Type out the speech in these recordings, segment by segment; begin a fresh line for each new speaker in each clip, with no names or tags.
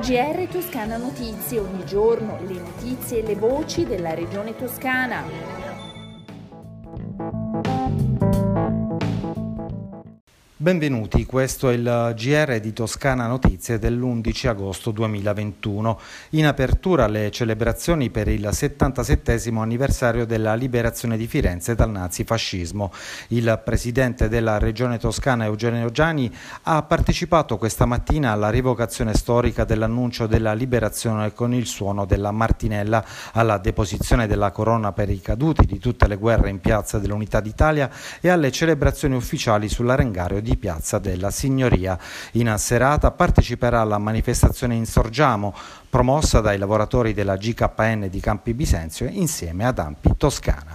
GR Toscana Notizie, ogni giorno le notizie e le voci della regione toscana.
Benvenuti, questo è il GR di Toscana Notizie dell'11 agosto 2021. In apertura le celebrazioni per il 77° anniversario della liberazione di Firenze dal nazifascismo. Il presidente della regione toscana Eugenio Giani ha partecipato questa mattina alla rievocazione storica dell'annuncio della liberazione con il suono della martinella, alla deposizione della corona per i caduti di tutte le guerre in Piazza dell'Unità d'Italia e alle celebrazioni ufficiali sull'arengario di Piazza della Signoria. In serata parteciperà alla manifestazione in Sorgiamo, promossa dai lavoratori della GKN di Campi Bisenzio insieme ad ANPI Toscana.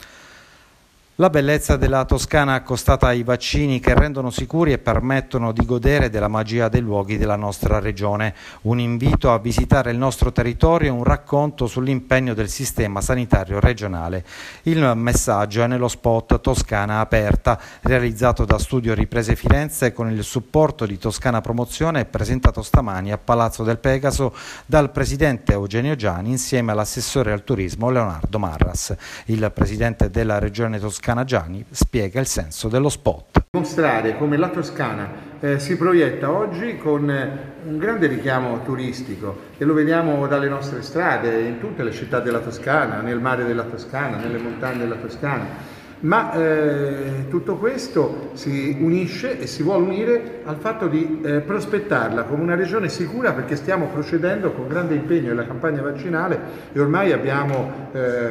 La bellezza della Toscana accostata ai vaccini che rendono sicuri e permettono di godere della magia dei luoghi della nostra regione. Un invito a visitare il nostro territorio e un racconto sull'impegno del sistema sanitario regionale. Il messaggio è nello spot Toscana Aperta, realizzato da Studio Riprese Firenze con il supporto di Toscana Promozione e presentato stamani a Palazzo del Pegaso dal presidente Eugenio Giani insieme all'assessore al turismo Leonardo Marras. Il presidente della regione Toscana Giani spiega il senso dello spot.
Mostrare come la Toscana si proietta oggi con un grande richiamo turistico e lo vediamo dalle nostre strade, in tutte le città della Toscana, nel mare della Toscana, nelle montagne della Toscana. Ma tutto questo si unisce e si vuole unire al fatto di prospettarla come una regione sicura, perché stiamo procedendo con grande impegno nella campagna vaccinale e ormai abbiamo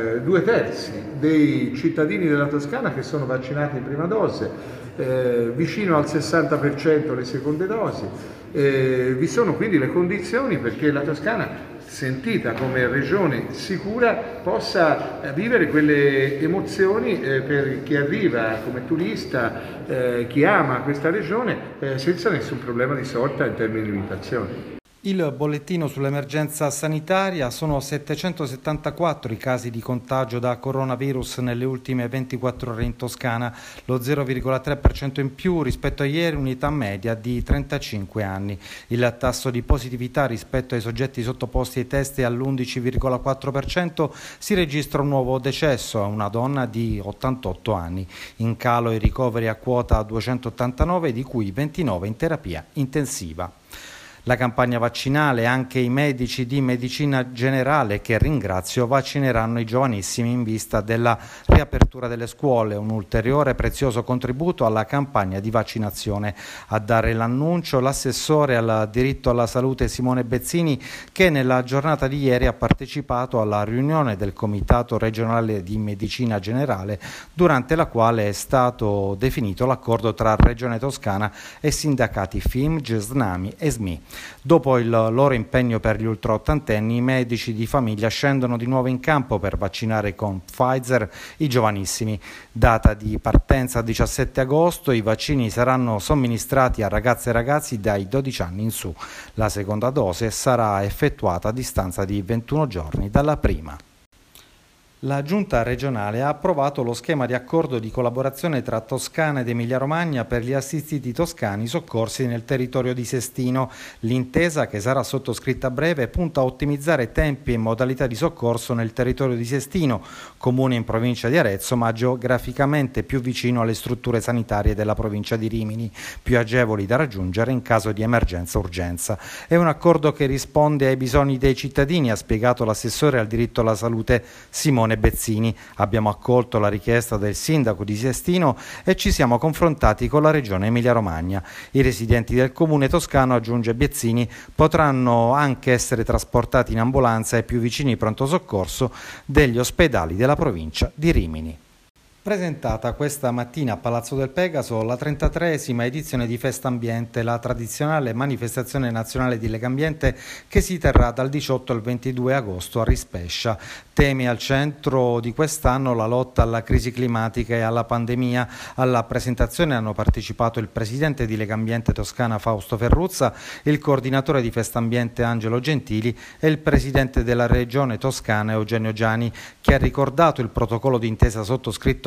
2/3 dei cittadini della Toscana che sono vaccinati in prima dose, vicino al 60% le seconde dosi. Vi sono quindi le condizioni perché la Toscana, sentita come regione sicura, possa vivere quelle emozioni per chi arriva come turista, chi ama questa regione, senza nessun problema di sorta in termini di limitazioni.
Il bollettino sull'emergenza sanitaria: sono 774 i casi di contagio da coronavirus nelle ultime 24 ore in Toscana, lo 0,3% in più rispetto a ieri, unità media di 35 anni. Il tasso di positività rispetto ai soggetti sottoposti ai test è all'11,4%, si registra un nuovo decesso a una donna di 88 anni. In calo i ricoveri a quota 289, di cui 29 in terapia intensiva. La campagna vaccinale, anche i medici di medicina generale, che ringrazio, vaccineranno i giovanissimi in vista della riapertura delle scuole, un ulteriore prezioso contributo alla campagna di vaccinazione. A dare l'annuncio l'assessore al diritto alla salute Simone Bezzini, che nella giornata di ieri ha partecipato alla riunione del Comitato regionale di medicina generale, durante la quale è stato definito l'accordo tra Regione Toscana e sindacati FIMG, SNAMI e SMI. Dopo il loro impegno per gli ultraottantenni, i medici di famiglia scendono di nuovo in campo per vaccinare con Pfizer i giovanissimi. Data di partenza 17 agosto, i vaccini saranno somministrati a ragazze e ragazzi dai 12 anni in su. La seconda dose sarà effettuata a distanza di 21 giorni dalla prima. La Giunta regionale ha approvato lo schema di accordo di collaborazione tra Toscana ed Emilia-Romagna per gli assistiti toscani soccorsi nel territorio di Sestino. L'intesa, che sarà sottoscritta a breve, punta a ottimizzare tempi e modalità di soccorso nel territorio di Sestino, comune in provincia di Arezzo, ma geograficamente più vicino alle strutture sanitarie della provincia di Rimini, più agevoli da raggiungere in caso di emergenza-urgenza. È un accordo che risponde ai bisogni dei cittadini, ha spiegato l'assessore al diritto alla salute Simone Bezzini. Abbiamo accolto la richiesta del sindaco di Sestino e ci siamo confrontati con la regione Emilia-Romagna. I residenti del comune toscano, aggiunge Bezzini, potranno anche essere trasportati in ambulanza ai più vicini pronto soccorso degli ospedali della provincia di Rimini. Presentata questa mattina a Palazzo del Pegaso la 33esima edizione di Festambiente, la tradizionale manifestazione nazionale di Legambiente che si terrà dal 18 al 22 agosto a Rispescia. Temi al centro di quest'anno: la lotta alla crisi climatica e alla pandemia. Alla presentazione hanno partecipato il presidente di Legambiente Toscana Fausto Ferruzza, il coordinatore di Festambiente Angelo Gentili e il presidente della regione Toscana Eugenio Giani, che ha ricordato il protocollo d'intesa sottoscritto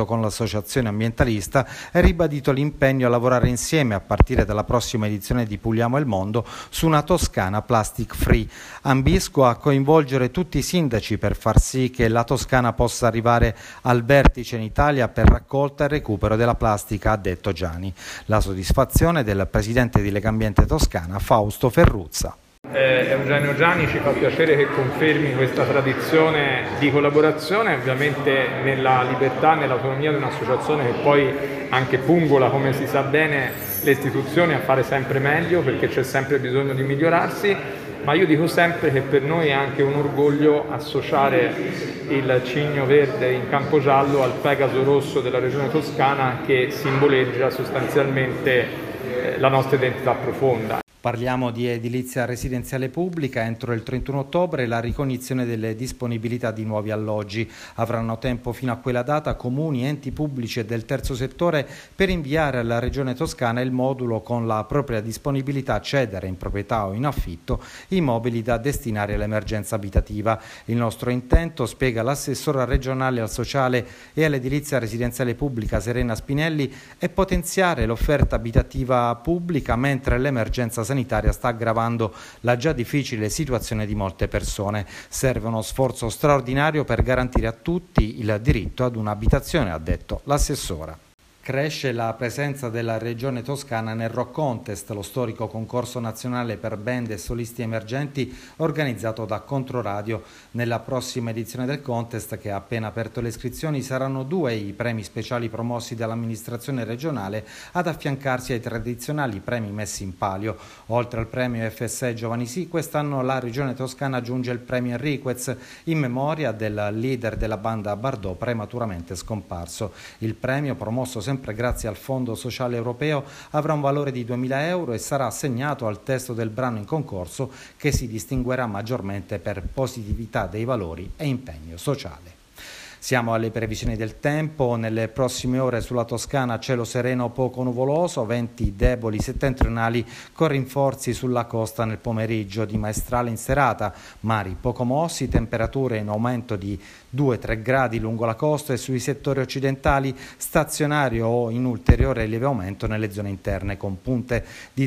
riunito con l'associazione ambientalista e ribadito l'impegno a lavorare insieme a partire dalla prossima edizione di Puliamo il Mondo su una Toscana plastic free. Ambisco a coinvolgere tutti i sindaci per far sì che la Toscana possa arrivare al vertice in Italia per raccolta e recupero della plastica, ha detto Gianni. La soddisfazione del presidente di Legambiente Toscana, Fausto Ferruzza.
Eugenio Gianni, ci fa piacere che confermi questa tradizione di collaborazione, ovviamente nella libertà e nell'autonomia di un'associazione che poi anche pungola, come si sa bene, le istituzioni a fare sempre meglio, perché c'è sempre bisogno di migliorarsi, ma io dico sempre che per noi è anche un orgoglio associare il cigno verde in campo giallo al Pegaso rosso della regione Toscana, che simboleggia sostanzialmente la nostra identità profonda.
Parliamo di edilizia residenziale pubblica. Entro il 31 ottobre la ricognizione delle disponibilità di nuovi alloggi. Avranno tempo fino a quella data comuni, enti pubblici e del terzo settore per inviare alla Regione Toscana il modulo con la propria disponibilità a cedere in proprietà o in affitto immobili da destinare all'emergenza abitativa. Il nostro intento, spiega l'assessora regionale al sociale e all'edilizia residenziale pubblica Serena Spinelli, è potenziare l'offerta abitativa pubblica mentre l'emergenza sanitaria sta aggravando la già difficile situazione di molte persone. Serve uno sforzo straordinario per garantire a tutti il diritto ad un'abitazione, ha detto l'assessora. Cresce la presenza della Regione Toscana nel Rock Contest, lo storico concorso nazionale per band e solisti emergenti organizzato da Controradio. Nella prossima edizione del contest, che ha appena aperto le iscrizioni, saranno 2 i premi speciali promossi dall'amministrazione regionale ad affiancarsi ai tradizionali premi messi in palio. Oltre al premio FSE Giovani Sì, quest'anno la Regione Toscana aggiunge il premio Enriquez in memoria del leader della banda Bardot prematuramente scomparso. Il premio, promosso sempre grazie al Fondo Sociale Europeo, avrà un valore di 2.000 euro e sarà assegnato al testo del brano in concorso, che si distinguerà maggiormente per positività dei valori e impegno sociale. Siamo alle previsioni del tempo. Nelle prossime ore sulla Toscana cielo sereno poco nuvoloso, venti deboli settentrionali con rinforzi sulla costa nel pomeriggio, di maestrale in serata, mari poco mossi, temperature in aumento di 2-3 gradi lungo la costa e sui settori occidentali, stazionario o in ulteriore lieve aumento nelle zone interne, con punte di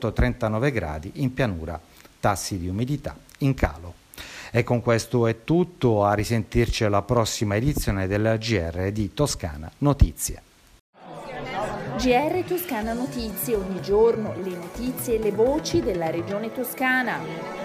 38-39 gradi in pianura, tassi di umidità in calo. E con questo è tutto, a risentirci alla prossima edizione della GR di Toscana Notizie.
GR Toscana Notizie, ogni giorno le notizie e le voci della regione toscana.